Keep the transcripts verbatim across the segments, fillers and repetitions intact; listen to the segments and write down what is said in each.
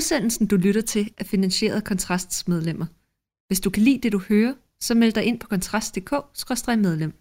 Udsendelsen, du lytter til, er finansieret af Kontrasts medlemmer. Hvis du kan lide det, du hører, så meld dig ind på kontrast punktum d k skråstreg medlem.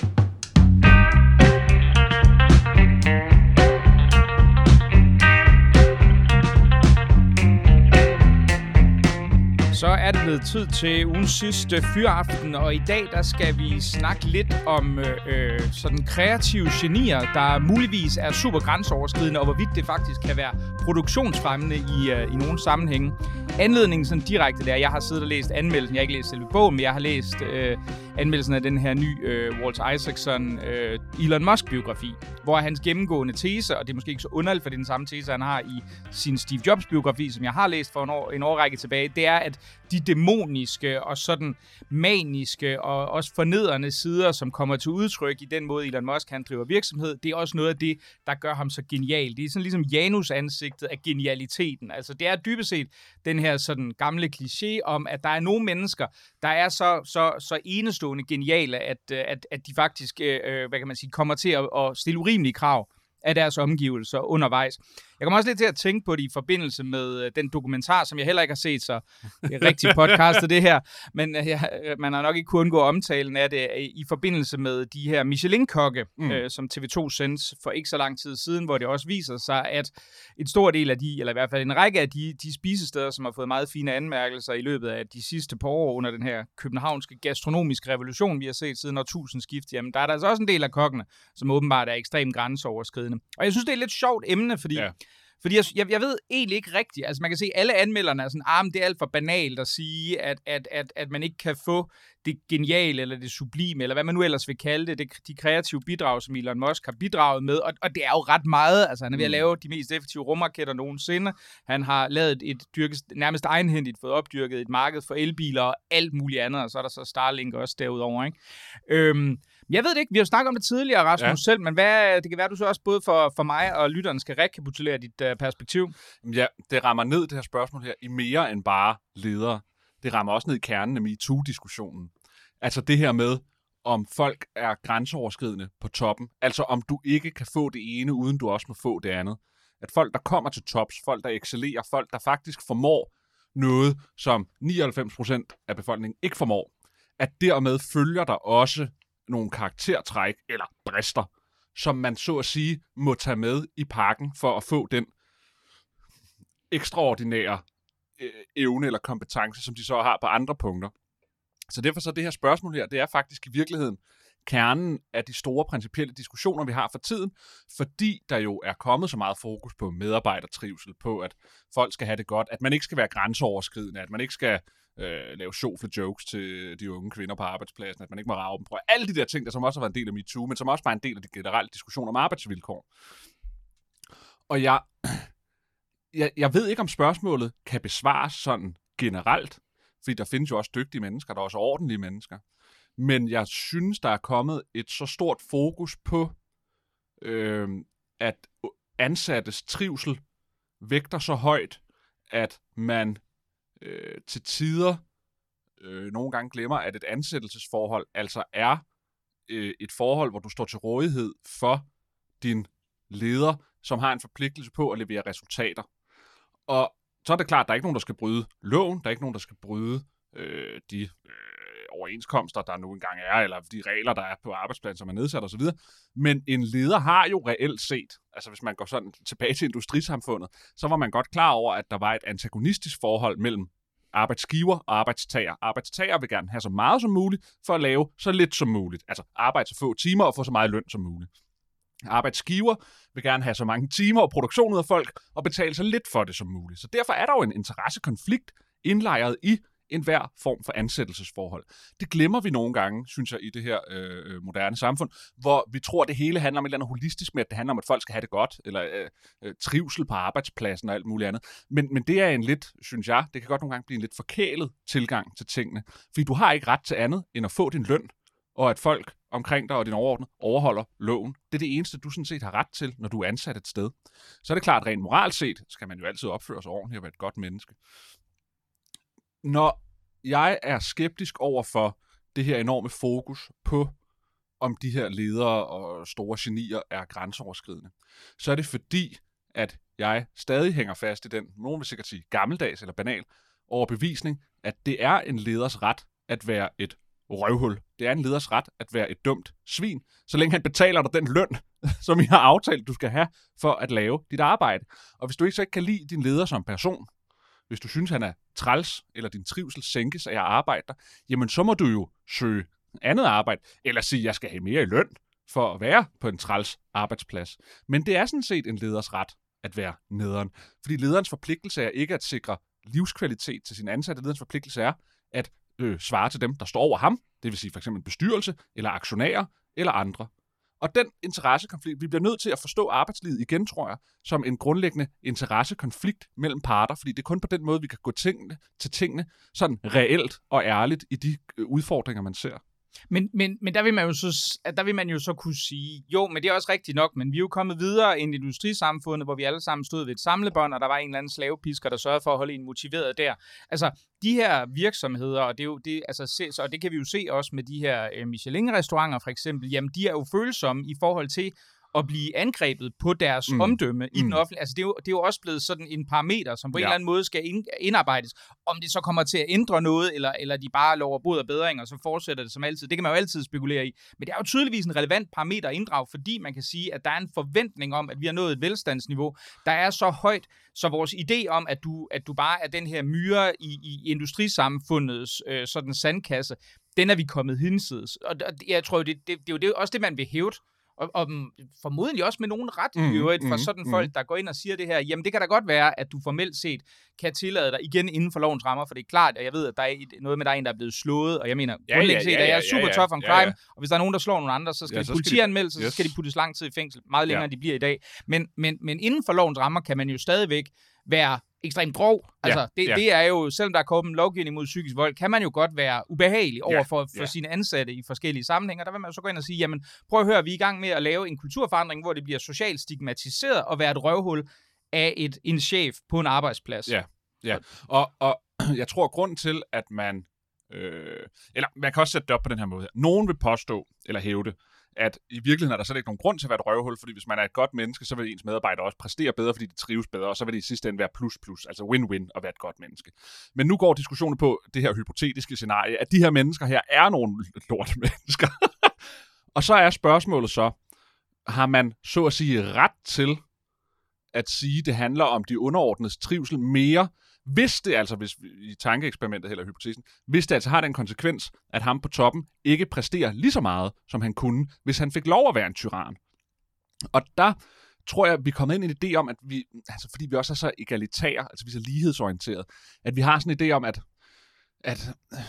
Så er det blevet tid til ugens sidste fyraften, og i dag der skal vi snakke lidt om øh, sådan kreative genier, der muligvis er super grænseoverskridende, og hvorvidt det faktisk kan være produktionsfremmende i, øh, i nogle sammenhænge. Anledningen sådan direkte der, jeg har siddet og læst anmeldelsen, jeg har ikke læst selve bogen, men jeg har læst øh, anmeldelsen af den her nye øh, Walter Isaacson øh, Elon Musk-biografi, hvor hans gennemgående tese, og det er måske ikke så underligt, for det er den samme tese, han har i sin Steve Jobs-biografi, som jeg har læst for en, år, en årrække tilbage, det er, at de dæmoniske og sådan maniske og også fornedrende sider, som kommer til udtryk i den måde, Elon Musk han driver virksomhed, det er også noget af det, der gør ham så genial. Det er sådan ligesom Janus-ansigtet af genialiteten. Altså det er dybest set den her sådan gamle kliché om, at der er nogle mennesker, der er så, så, så enestående geniale, at, at, at de faktisk, øh, hvad kan man sige, kommer til at, at stille urimelige krav af deres omgivelser undervejs. Jeg kommer også lidt til at tænke på det i forbindelse med den dokumentar, som jeg heller ikke har set, så det er rigtig podcastet det her, men jeg, man har nok ikke kunnet undgå omtalen af det i forbindelse med de her Michelin-kokke, mm. øh, som T V to sendte for ikke så lang tid siden, hvor det også viser sig, at en stor del af de, eller i hvert fald en række af de, de spisesteder, som har fået meget fine anmærkelser i løbet af de sidste par år under den her københavnske gastronomiske revolution, vi har set siden årtusindskift, jamen der er der altså også en del af kokkene, som åbenbart er ekstremt grænseoverskridende. Og jeg synes, det er et lidt sjovt emne, fordi ja. Fordi jeg, jeg, jeg ved egentlig ikke rigtigt, altså man kan se, at alle anmelderne er sådan, ah, det er alt for banalt at sige, at, at, at, at man ikke kan få det geniale, eller det sublime, eller hvad man nu ellers vil kalde det, det de kreative bidrag, som Elon Musk har bidraget med, og, og det er jo ret meget, altså han er ved at lave de mest effektive rumraketter nogensinde, han har lavet et dyrket, nærmest egenhændigt fået opdyrket et marked for elbiler og alt muligt andet, og så er der så Starlink også derudover, ikke? Øhm, Jeg ved det ikke, vi har jo snakket om det tidligere, Rasmus, ja. selv, men hvad, det kan være, du så også både for, for mig og lytteren skal rekapitulere dit uh, perspektiv. Ja, det rammer ned, det her spørgsmål her, i mere end bare ledere. Det rammer også ned i kernen af MeToo-diskussionen. Altså det her med, om folk er grænseoverskridende på toppen. Altså om du ikke kan få det ene, uden du også må få det andet. At folk, der kommer til tops, folk, der excellerer, folk, der faktisk formår noget, som nioghalvfems procent af befolkningen ikke formår, at dermed følger der også nogle karaktertræk eller brister, som man så at sige må tage med i pakken for at få den ekstraordinære øh, evne eller kompetence, som de så har på andre punkter. Så derfor så det her spørgsmål her, det er faktisk i virkeligheden kernen af de store principielle diskussioner, vi har for tiden, fordi der jo er kommet så meget fokus på medarbejdertrivsel, på at folk skal have det godt, at man ikke skal være grænseoverskridende, at man ikke skal øh, lave sjofle jokes til de unge kvinder på arbejdspladsen, at man ikke må rave dem. Prøv alle de der ting, der som også har været en del af MeToo, men som også var en del af de generelle diskussioner om arbejdsvilkår. Og jeg, jeg, jeg ved ikke, om spørgsmålet kan besvares sådan generelt, fordi der findes jo også dygtige mennesker, der er også ordentlige mennesker. Men jeg synes, der er kommet et så stort fokus på, øh, at ansattes trivsel vægter så højt, at man øh, til tider øh, nogle gange glemmer, at et ansættelsesforhold altså er øh, et forhold, hvor du står til rådighed for din leder, som har en forpligtelse på at levere resultater. Og så er det klart, at der er ikke nogen, der skal bryde loven, der er ikke nogen, der skal bryde øh, de øh, overenskomster, der nu engang er, eller de regler, der er på arbejdspladsen, som er nedsat osv. Men en leder har jo reelt set, altså hvis man går sådan tilbage til industrisamfundet, så var man godt klar over, at der var et antagonistisk forhold mellem arbejdsgiver og arbejdstager. Arbejdstager vil gerne have så meget som muligt, for at lave så lidt som muligt. Altså arbejde så få timer og få så meget løn som muligt. Arbejdsgiver vil gerne have så mange timer og produktion ud af folk, og betale så lidt for det som muligt. Så derfor er der jo en interessekonflikt indlejret i enhver form for ansættelsesforhold. Det glemmer vi nogle gange, synes jeg, i det her øh, moderne samfund, hvor vi tror, at det hele handler om et eller andet holistisk med, at det handler om, at folk skal have det godt, eller øh, trivsel på arbejdspladsen og alt muligt andet. Men, men det er en lidt, synes jeg, det kan godt nogle gange blive en lidt forkælet tilgang til tingene. Fordi du har ikke ret til andet, end at få din løn, og at folk omkring dig og din overordnede overholder loven. Det er det eneste, du sådan set har ret til, når du er ansat et sted. Så er det klart, at rent moralt set, skal man jo altid opføre sig ordentligt og være et godt menneske. Når jeg er skeptisk over for det her enorme fokus på, om de her ledere og store genier er grænseoverskridende, så er det fordi, at jeg stadig hænger fast i den, nogen vil sikkert sige gammeldags eller banal, overbevisning, at det er en leders ret at være et røvhul. Det er en leders ret at være et dumt svin, så længe han betaler dig den løn, som I har aftalt, du skal have for at lave dit arbejde. Og hvis du ikke så ikke kan lide din leder som person, hvis du synes, han er træls, eller din trivsel sænkes af at arbejde der, jamen så må du jo søge andet arbejde, eller sige, at jeg skal have mere i løn for at være på en træls arbejdsplads. Men det er sådan set en leders ret at være nederen. Fordi lederens forpligtelse er ikke at sikre livskvalitet til sine ansatte. Lederens forpligtelse er at øh, svare til dem, der står over ham. Det vil sige for eksempel bestyrelse, eller aktionærer, eller andre. Og den interessekonflikt, vi bliver nødt til at forstå arbejdslivet igen, tror jeg, som en grundlæggende interessekonflikt mellem parter, fordi det er kun på den måde, vi kan gå tingene, til tingene sådan reelt og ærligt i de udfordringer, man ser. Men, men, men der, vil man jo så, der vil man jo så kunne sige, jo, men det er også rigtigt nok, men vi er jo kommet videre ind i industrisamfundet, hvor vi alle sammen stod ved et samlebånd, og der var en eller anden slavepisker, der sørgede for at holde en motiveret der. Altså, de her virksomheder, og det, er jo, det, altså, og det kan vi jo se også med de her Michelin-restauranter for eksempel, jamen de er jo følsomme i forhold til at blive angrebet på deres mm. omdømme i mm. den offentlige. Altså, det er, jo, det er jo også blevet sådan en parameter, som på ja. en eller anden måde skal indarbejdes. Om det så kommer til at ændre noget, eller, eller de bare lover bod og bedring, og så fortsætter det som altid. Det kan man jo altid spekulere i. Men det er jo tydeligvis en relevant parameter at inddrage, fordi man kan sige, at der er en forventning om, at vi har nået et velstandsniveau, der er så højt, så vores idé om, at du, at du bare er den her myre i, i industrisamfundets øh, sådan sandkasse, den er vi kommet hinsides. Og jeg tror, det, det, det er jo det, også det, man vil hævde. Og, og formodentlig også med nogen ret i øvrigt mm, for sådan mm, folk, der går ind og siger det her, jamen det kan da godt være, at du formelt set kan tillade dig igen inden for lovens rammer, for det er klart, og jeg ved, at der er noget med, der er en, der er blevet slået, og jeg mener, ja, grundlæggende ja, ja, set, at jeg er super ja, ja, tough on crime, ja, ja. Og hvis der er nogen, der slår nogle andre, så skal ja, de politianmeldes, yes. så skal de puttes lang tid i fængsel, meget længere, ja. end de bliver i dag. Men, men, men inden for lovens rammer kan man jo stadigvæk være ekstremt grov. Altså, ja, det, ja. det er jo, selvom der er kommet lovgivning mod psykisk vold, kan man jo godt være ubehagelig over for, for ja. sine ansatte i forskellige sammenhænge. Der vil man jo så gå ind og sige, jamen, prøv at høre, vi er i gang med at lave en kulturforandring, hvor det bliver socialt stigmatiseret at være et røvhul af et, en chef på en arbejdsplads. Ja, ja. Og, og jeg tror, grunden til, at man øh, eller man kan også sætte det op på den her måde. Nogen vil påstå, eller hævde, at i virkeligheden er der slet ikke nogen grund til at være et røvhul, fordi hvis man er et godt menneske, så vil ens medarbejdere også præstere bedre, fordi de trives bedre, og så vil det i sidste ende være plus-plus, altså win-win at være et godt menneske. Men nu går diskussionen på det her hypotetiske scenarie, at de her mennesker her er nogle lorte mennesker. Og så er spørgsmålet så, har man så at sige ret til at sige, det handler om de underordnedes trivsel mere, hvis det altså, hvis i tankeeksperimentet eller hypotesen, hvis det altså har den konsekvens, at ham på toppen ikke præsterer lige så meget, som han kunne, hvis han fik lov at være en tyran. Og der tror jeg, vi er kommet ind i en idé om, at vi, altså fordi vi også er så egalitære, altså vi er så lighedsorienterede, at vi har sådan en idé om, at, at,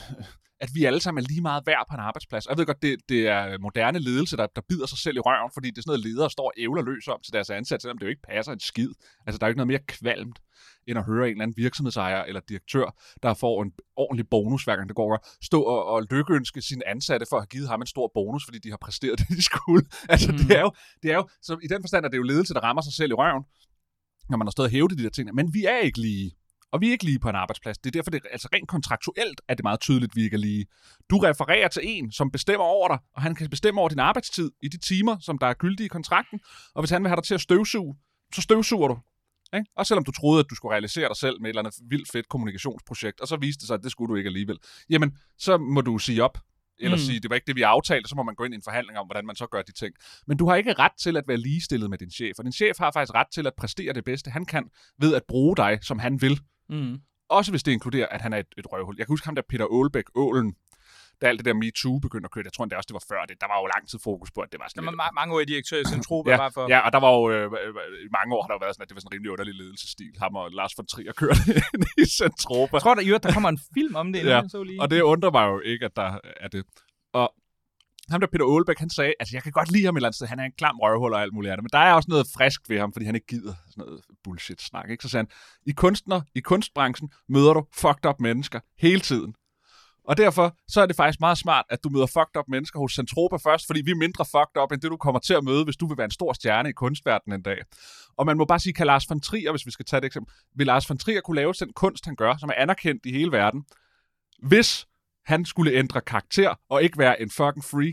at vi alle sammen er lige meget værd på en arbejdsplads. Og jeg ved godt, det, det er moderne ledelse, der, der bider sig selv i røven, fordi det er sådan noget, ledere står og ævler løs om til deres ansatte, selvom det jo ikke passer en skid. Altså der er jo ikke noget mere kvalmt, end at høre en eller anden virksomhedsejer eller direktør, der får en ordentlig bonus, hver gang det går over, stå og, og lykkeønske sine ansatte for at have givet ham en stor bonus, fordi de har præsteret det, de skulle. Altså, mm. det, er jo, det er jo, så i den forstand er det jo ledelse, der rammer sig selv i røven, når man har stået og hævet de der ting. Men vi er ikke lige. Og vi er ikke lige på en arbejdsplads. Det er derfor, det er, altså rent kontraktuelt er det meget tydeligt, at vi ikke er lige. Du refererer til en, som bestemmer over dig, og han kan bestemme over din arbejdstid i de timer, som der er gyldige i kontrakten. Og hvis han vil have dig til at støvsuge, så støvsuger du. Ikke? Også selvom du troede, at du skulle realisere dig selv med et eller andet vildt fedt kommunikationsprojekt, og så viste det sig, at det skulle du ikke alligevel. Jamen, så må du sige op, eller mm. sige, det var ikke det, vi aftalte, så må man gå ind i en forhandling om, hvordan man så gør de ting. Men du har ikke ret til at være ligestillet med din chef, og din chef har faktisk ret til at præstere det bedste, han kan, ved at bruge dig, som han vil. Mm. Også hvis det inkluderer, at han er et, et røvhul. Jeg kan huske ham der Peter Aalbæk, Ålen, da alt det der MeToo begyndte at køre. Jeg tror endda også, det var før det. Der var jo lang tid fokus på, at det var sådan... Der var ma- mange år i direktør i Centropa, ja, bare for... Ja, og der var jo... Øh, i mange år har der jo været sådan, at det var sådan en rimelig underlig ledelsesstil. Ham og Lars von Trier kørte i Centropa. Jeg tror, der, der kommer en film om det, inden ja, jeg så lige. Og det undrer mig jo ikke, at der er det. Og ham der Peter Aalbæk, han sagde, altså jeg kan godt lide ham et eller andet sted. Han er en klam røvhul og alt muligt andet. Men der er også noget frisk ved ham, fordi han ikke gider sådan noget bullshit-snak. Ikke? Så sagde han, i kunstner, i kunstbranchen møder du fucked up mennesker hele tiden. Og derfor så er det faktisk meget smart, at du møder fucked up mennesker hos Centropa først, fordi vi er mindre fucked up, end det du kommer til at møde, hvis du vil være en stor stjerne i kunstverdenen en dag. Og man må bare sige, kan Lars von Trier, hvis vi skal tage et eksempel, vil Lars von Trier kunne lave den kunst, han gør, som er anerkendt i hele verden, hvis han skulle ændre karakter og ikke være en fucking freak?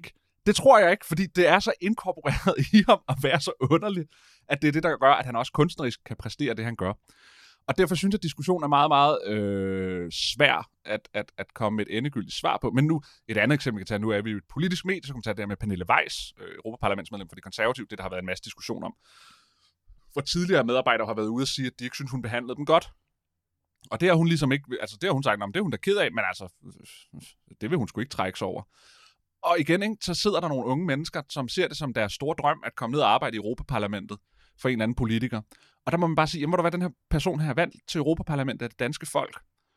Det tror jeg ikke, fordi det er så inkorporeret i ham at være så underlig, at det er det, der gør, at han også kunstnerisk kan præstere det, han gør. Og derfor synes jeg, at diskussionen er meget, meget øh, svær at, at, at komme med et endegyldigt svar på. Men nu, et andet eksempel kan tage, nu er vi jo et politisk medie, så kan man tage det her med Pernille Weiss, øh, Europaparlamentsmedlem for de konservative, det der har været en masse diskussion om, hvor tidligere medarbejdere har været ude og sige, at de ikke synes, hun behandlede dem godt. Og det har hun ligesom ikke, altså det har hun sagt, om det er hun da ked af, men altså, det vil hun sgu ikke trække sig over. Og igen, ikke, så sidder der nogle unge mennesker, som ser det som deres store drøm, at komme ned og arbejde i Europaparlamentet for en eller anden politiker. Og der må man bare sige, jamen, må der være den her person her valgt til Europaparlamentet af det danske folk.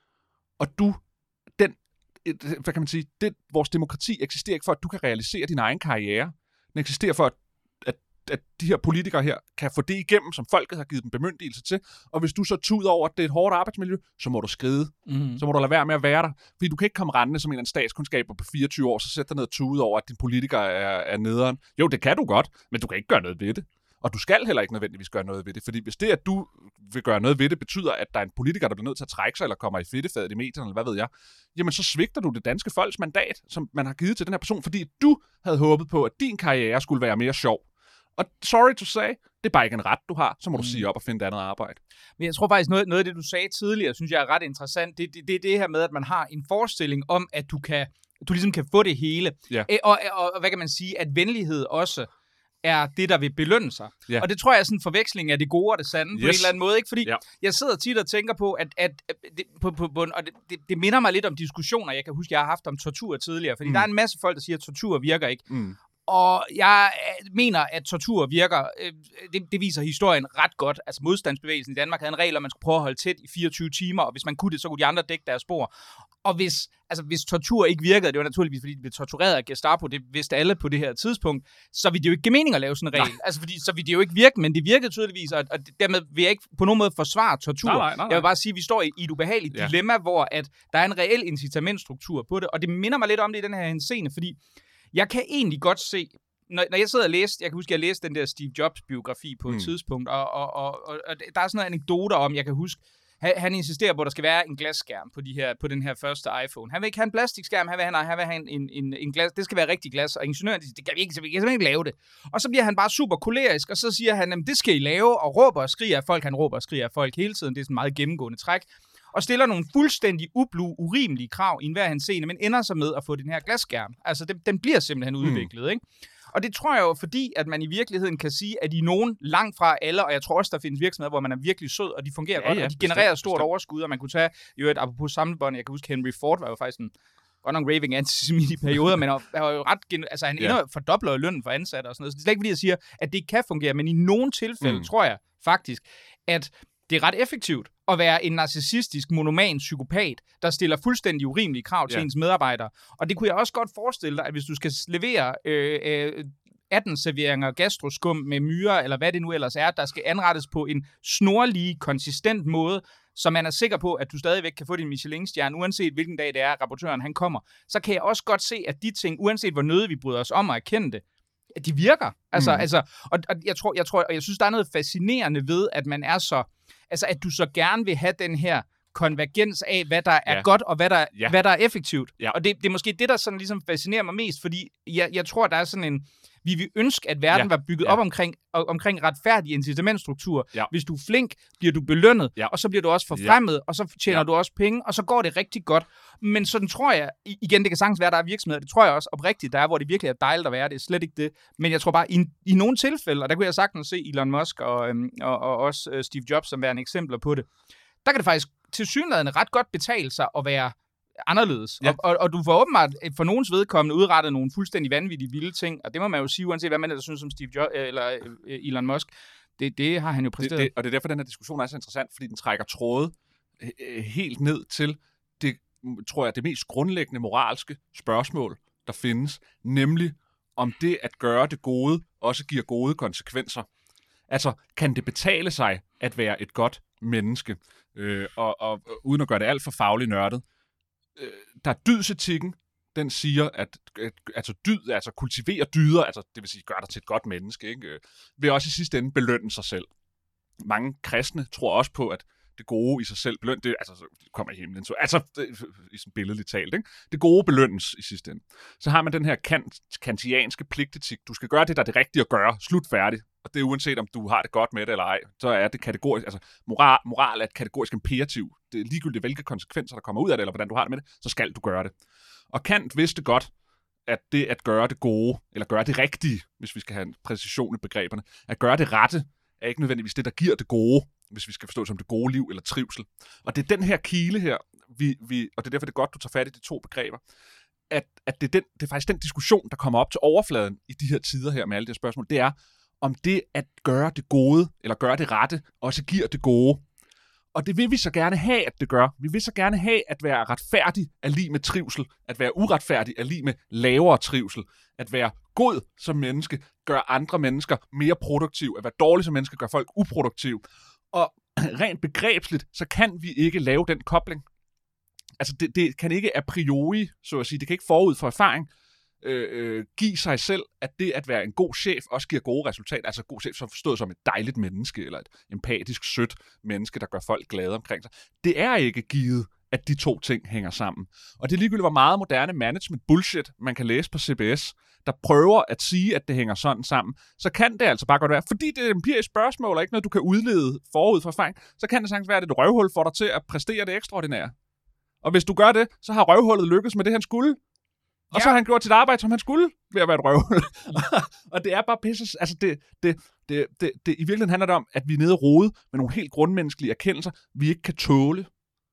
Og du, den, hvad kan man sige, det, vores demokrati eksisterer ikke for, at du kan realisere din egen karriere. Den eksisterer for, at, at, at de her politikere her kan få det igennem, som folket har givet dem bemyndigelse til. Og hvis du så tuder over, at det er et hårdt arbejdsmiljø, så må du skride. Mm. Så må du lade være med at være der. Fordi du kan ikke komme rendende som en eller anden statskundskaber på fireogtyve år, så sæt dig ned og tude over, at din politiker er, er nederen. Jo, det kan du godt, men du kan ikke gøre noget ved det. Og du skal heller ikke nødvendigvis gøre noget ved det, fordi hvis det, at du vil gøre noget ved det, betyder, at der er en politiker, der bliver nødt til at trække sig, eller kommer i fedtefadet i medierne, eller hvad ved jeg, jamen så svigter du det danske folks mandat, som man har givet til den her person, fordi du havde håbet på, at din karriere skulle være mere sjov. Og sorry to say, det er bare ikke en ret, du har, så må mm. du sige op og finde et andet arbejde. Men jeg tror faktisk, noget, noget af det, du sagde tidligere, synes jeg er ret interessant, det er det, det, det her med, at man har en forestilling om, at du kan, du ligesom kan få det hele. Ja. Og, og, og hvad kan man sige, at venlighed også er det, der vil belønne sig. Ja. Og det tror jeg er sådan en forveksling af det gode og det sande yes. på en eller anden måde, ikke? Fordi ja. jeg sidder tit og tænker på, at, at, at det, på, på, på, og det, det, det minder mig lidt om diskussioner, jeg kan huske, jeg har haft om tortur tidligere, fordi mm. der er en masse folk, der siger, at tortur virker ikke. Mm. Og jeg mener, at tortur virker, det, det viser historien ret godt. Altså modstandsbevægelsen i Danmark havde en regel, at man skulle prøve at holde tæt i fireogtyve timer, og hvis man kunne det, så kunne de andre dække deres spor. Og hvis, altså, hvis tortur ikke virkede, det var naturligvis, fordi de blev tortureret af Gestapo, det vidste alle på det her tidspunkt, så ville det jo ikke give mening at lave sådan en regel. Nej. Altså, fordi, så ville det jo ikke virke, men det virkede tydeligvis, og, og dermed vil jeg ikke på nogen måde forsvare tortur. Nej, nej, nej, nej. Jeg vil bare sige, at vi står i, i et ubehageligt ja. dilemma, hvor at der er en reel incitamentstruktur på det, og det minder mig lidt om det i den her henseende, fordi jeg kan egentlig godt se, når, når jeg sidder og læste, jeg kan huske, at jeg læste den der Steve Jobs biografi på mm. et tidspunkt, og, og, og, og, og der er sådan nogle anekdoter om, jeg kan huske, han, han insisterer på, at der skal være en glasskærm på, de her, på den her første iPhone. Han vil ikke have en plastikskærm, han vil have, han vil have en, en, en glas, det skal være rigtig glas, og ingeniøren siger, det kan vi ikke, så vi kan simpelthen ikke lave det. Og så bliver han bare super kolerisk, og så siger han, det skal I lave, og råber og skriger af folk, han råber og skriger af folk hele tiden, det er sådan en meget gennemgående træk, og stiller nogle fuldstændig ublu, urimelige krav i enhver henseende, men ender så med at få den her glasskærm. Altså, den, den bliver simpelthen udviklet, mm. ikke? Og det tror jeg jo, fordi at man i virkeligheden kan sige, at i nogen langt fra alle, og jeg tror også, der findes virksomheder, hvor man er virkelig sød, og de fungerer ja, godt, ja, og de genererer bestemt, stort bestemt. overskud, og man kunne tage, jo et apropos samlebånd, jeg kan huske, Henry Ford var jo faktisk en godt nok raving antisemit i perioder, men han var jo ret, altså han ja. fordobler lønnen for ansatte og sådan noget, så det er slet ikke fordi, jeg siger, at det ikke kan fungere, men i nogle tilfælde mm. tror jeg faktisk, at det er ret effektivt at være en narcissistisk, monoman psykopat, der stiller fuldstændig urimelige krav til ja. ens medarbejdere. Og det kunne jeg også godt forestille dig, at hvis du skal levere øh, øh, atten serveringer gastroskum med myrer, eller hvad det nu ellers er, der skal anrettes på en snorlige, konsistent måde, så man er sikker på, at du stadigvæk kan få din Michelin-stjerne, uanset hvilken dag det er, rapportøren han kommer, så kan jeg også godt se, at de ting, uanset hvor nødigt vi bryder os om at erkende det, at de virker. Altså, mm. altså, og, og jeg tror, jeg tror, og jeg synes, der er noget fascinerende ved, at man er så, altså, at du så gerne vil have den her konvergens af, hvad der er ja. godt, og hvad der, ja. hvad der er effektivt. Ja. Og det, det er måske det, der sådan ligesom fascinerer mig mest, fordi jeg, jeg tror, der er sådan en, vi vil ønske, at verden ja. var bygget ja. op omkring, omkring retfærdig incitamentstruktur. Ja. Hvis du er flink, bliver du belønnet, ja. og så bliver du også forfremmet, ja. og så tjener ja. du også penge, og så går det rigtig godt. Men sådan tror jeg, igen, det kan sagtens være, der er virksomheder, det tror jeg også oprigtigt, der er, hvor det virkelig er dejligt at være, det er slet ikke det. Men jeg tror bare, i, i nogle tilfælde, og der kunne jeg sagtens se Elon Musk og, øhm, og, og også øh, Steve Jobs som værende eksempler på det, der kan det faktisk tilsyneladende ret godt betale sig at være anderledes. Ja. Og, og, og du får åbenbart for nogens vedkommende udrettet nogle fuldstændig vanvittige vilde ting, og det må man jo sige, uanset hvad man ellers synes om Steve Jobs eller Elon Musk. Det, det har han jo præsteret. Det, det, og det er derfor, den her diskussion er så interessant, fordi den trækker tråde helt ned til det, tror jeg, det mest grundlæggende moralske spørgsmål, der findes, nemlig om det at gøre det gode også giver gode konsekvenser. Altså, kan det betale sig at være et godt menneske? Øh, og, og, og uden at gøre det alt for fagligt nørdet. Øh, der er dydsetikken, den siger, at, at altså dyd, altså kultivere dyder, altså det vil sige, gør dig til et godt menneske, ikke? Øh, vil også i sidste ende belønne sig selv. Mange kristne tror også på, at det gode i sig selv belønnes. Det, altså, så kommer i himlen. Så, altså, det, i sådan billedligt talt, ikke? Det gode belønnes i sidste ende. Så har man den her kant, kantianske pligtetik. Du skal gøre det, der er det rigtige at gøre. Slut færdig. Og det er uanset, om du har det godt med det eller ej. Så er det kategorisk. Altså, moral, moral er et kategorisk imperativ. Det er ligegyldigt, hvilke konsekvenser, der kommer ud af det, eller hvordan du har det med det, så skal du gøre det. Og Kant vidste godt, at det at gøre det gode, eller gøre det rigtige, hvis vi skal have en præcision i begreberne, at gøre det rette, er ikke nødvendigvis det, der giver det gode, hvis vi skal forstå det som det gode liv eller trivsel. Og det er den her kile her, vi, vi, og det er derfor, det er godt, du tager fat i de to begreber, at, at det, er den, det er faktisk den diskussion, der kommer op til overfladen i de her tider her med alle de her spørgsmål, det er, om det at gøre det gode, eller gøre det rette, også giver det gode. Og det vil vi så gerne have, at det gør. Vi vil så gerne have, at være retfærdig er lig med trivsel, at være uretfærdig er lig med lavere trivsel, at være god som menneske gør andre mennesker mere produktive, at være dårlig som menneske gør folk uproduktive. Og rent begrebsligt, så kan vi ikke lave den kobling. Altså det, det kan ikke a priori, så at sige, det kan ikke forud for erfaring, Øh, øh, give sig selv, at det at være en god chef også giver gode resultater. Altså god chef, som forstået som et dejligt menneske, eller et empatisk, sødt menneske, der gør folk glade omkring sig. Det er ikke givet, at de to ting hænger sammen. Og det er ligegyldigt, hvor meget moderne management bullshit, man kan læse på C B S, der prøver at sige, at det hænger sådan sammen, så kan det altså bare godt være, fordi det er et empirisk spørgsmål, og ikke noget, du kan udlede forud for erfaring, så kan det sagtens være, at et røvhul får dig til at præstere det ekstraordinære. Og hvis du gør det, så har røvhullet lykkes med det, han skulle. Og ja. Så har han gjort sit arbejde, som han skulle, ved at være et røvhul. Og det er bare pisse. Altså, det, det, det, det, det, i virkeligheden handler det om, at vi er nede og rode med nogle helt grundmenneskelige erkendelser, vi ikke kan tåle,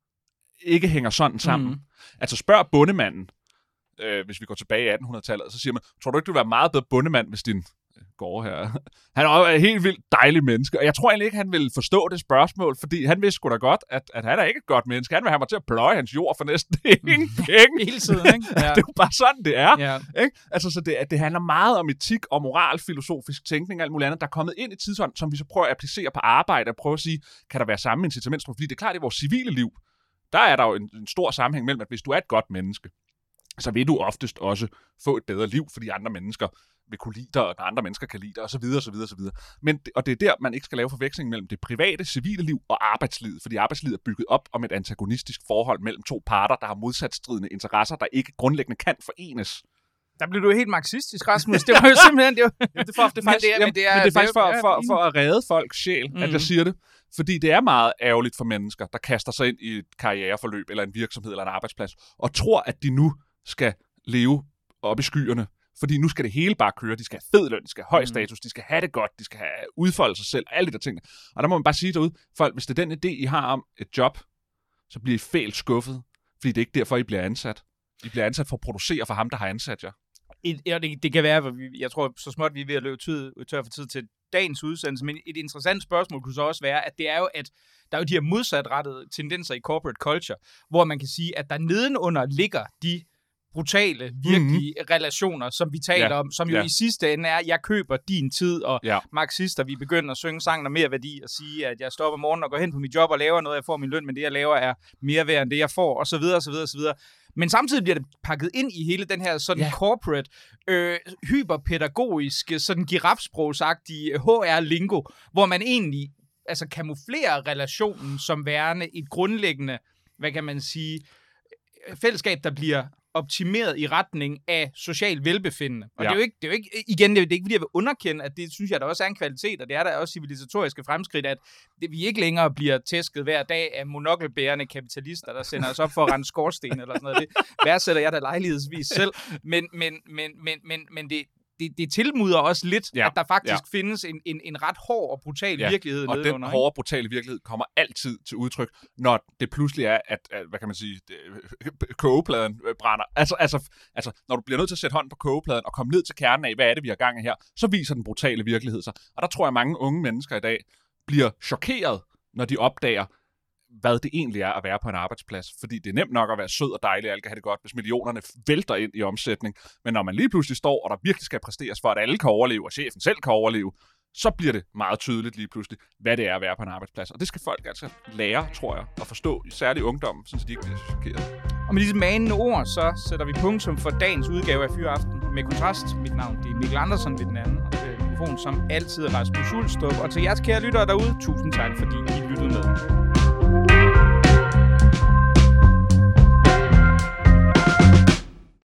ikke hænger sådan sammen. Mm. Altså, spørg bondemanden, øh, hvis vi går tilbage i attenhundredetallet, så siger man, tror du ikke, du vil være meget bedre bondemand, hvis din går her. Han er et helt vildt dejligt menneske, og jeg tror egentlig ikke, han vil forstå det spørgsmål, fordi han vidste sgu da godt, at, at han er ikke et godt menneske. Han vil have mig til at pløje hans jord for næsten ingen penge. Hele tiden, ikke? Ja. Det er jo bare sådan, det er. Ja. Ikke? Altså, så det, det handler meget om etik og moral, filosofisk tænkning og alt muligt andet, der er kommet ind i tidsånden, som vi så prøver at applicere på arbejde og prøve at sige, kan der være samme incitamentsstruktur? Fordi det er klart, i vores civile liv, der er der jo en, en stor sammenhæng mellem, at hvis du er et godt menneske, så vil du oftest også få et bedre liv, fordi andre mennesker vil kunne lide dig, og andre mennesker kan lide dig, og så videre, så videre, så videre. Men, og det er der, man ikke skal lave forveksling mellem det private, civile liv og arbejdslivet, fordi arbejdslivet er bygget op om et antagonistisk forhold mellem to parter, der har modsatstridende interesser, der ikke grundlæggende kan forenes. Der blev du jo helt marxistisk, Rasmus. Det var jo simpelthen... Det, var... jamen, det, er for, det er faktisk, men det er, jamen, det er, men det er faktisk for, for, for, for at redde folks sjæl, mm. at jeg siger det. Fordi det er meget ærgerligt for mennesker, der kaster sig ind i et karriereforløb, eller en virksomhed, eller en arbejdsplads, og tror, at de nu skal leve op i skyerne. Fordi nu skal det hele bare køre. De skal have fed løn, de skal have høj status, de skal have det godt, de skal have udfoldet sig selv, alle de der ting. Og der må man bare sige derude, folk, hvis det er den idé, I har om et job, så bliver I fælt skuffet, fordi det er ikke derfor, I bliver ansat. I bliver ansat for at producere for ham, der har ansat jer. Ja, det, det kan være, jeg tror så småt, vi er ved at løbe tid, tør for tid til dagens udsendelse, men et interessant spørgsmål kunne så også være, at det er jo, at der er jo de her modsatrettede tendenser i corporate culture, hvor man kan sige, at der nedenunder ligger de brutale, virkelige mm-hmm. relationer, som vi taler ja. om, som jo ja. i sidste ende er, jeg køber din tid, og ja. marxister, vi begynder at synge sangen om mere værdi, og sige, at jeg stopper om morgenen og går hen på mit job og laver noget, jeg får min løn, men det, jeg laver, er mere værd end det, jeg får, og så videre, og så videre, og så videre. Men samtidig bliver det pakket ind i hele den her sådan ja. corporate, øh, hyperpædagogiske, sådan girafsprogsagtige H R-lingo, hvor man egentlig altså kamuflerer relationen som værende et grundlæggende, hvad kan man sige, fællesskab, der bliver optimeret i retning af social velbefindende. Og ja. det er jo ikke, det er jo ikke igen, det er ikke fordi, jeg vil underkende, at det synes jeg, der også er en kvalitet, og det er der også civilisatoriske fremskridt, at det, vi ikke længere bliver tæsket hver dag af monokkelbærende kapitalister, der sender os op for at rende skorsten eller sådan noget. Det værdsætter jeg da lejlighedsvis selv. Men, men, men, men, men, men det Det, det tilmuder også lidt, ja, at der faktisk ja. findes en, en, en ret hård og brutal ja. virkelighed og nedenunder. Og den hårde og brutale virkelighed kommer altid til udtryk, når det pludselig er, at, at hvad kan man sige, det, kogepladen brænder. Altså, altså, altså, når du bliver nødt til at sætte hånden på kogepladen og komme ned til kernen af, hvad er det, vi har gang i her, så viser den brutale virkelighed sig. Og der tror jeg, mange unge mennesker i dag bliver chokeret, når de opdager, hvad det egentlig er at være på en arbejdsplads. Fordi det er nemt nok at være sød og dejlig, og alle kan have det godt, hvis millionerne vælter ind i omsætning. Men når man lige pludselig står, og der virkelig skal præsteres for, at alle kan overleve, og chefen selv kan overleve, så bliver det meget tydeligt lige pludselig, hvad det er at være på en arbejdsplads. Og det skal folk altså lære, tror jeg, at forstå, særligt ungdommen, så de ikke bliver chokeret. Og med disse manende ord, så sætter vi punktum for dagens udgave af Fyraften med Kontrast. Mit navn det er Mikkel Andersen ved den anden mikrofon, som altid Rasmus Ulstrup. Og til jeres kære lyttere derude, tusind tak, fordi I lyttede med.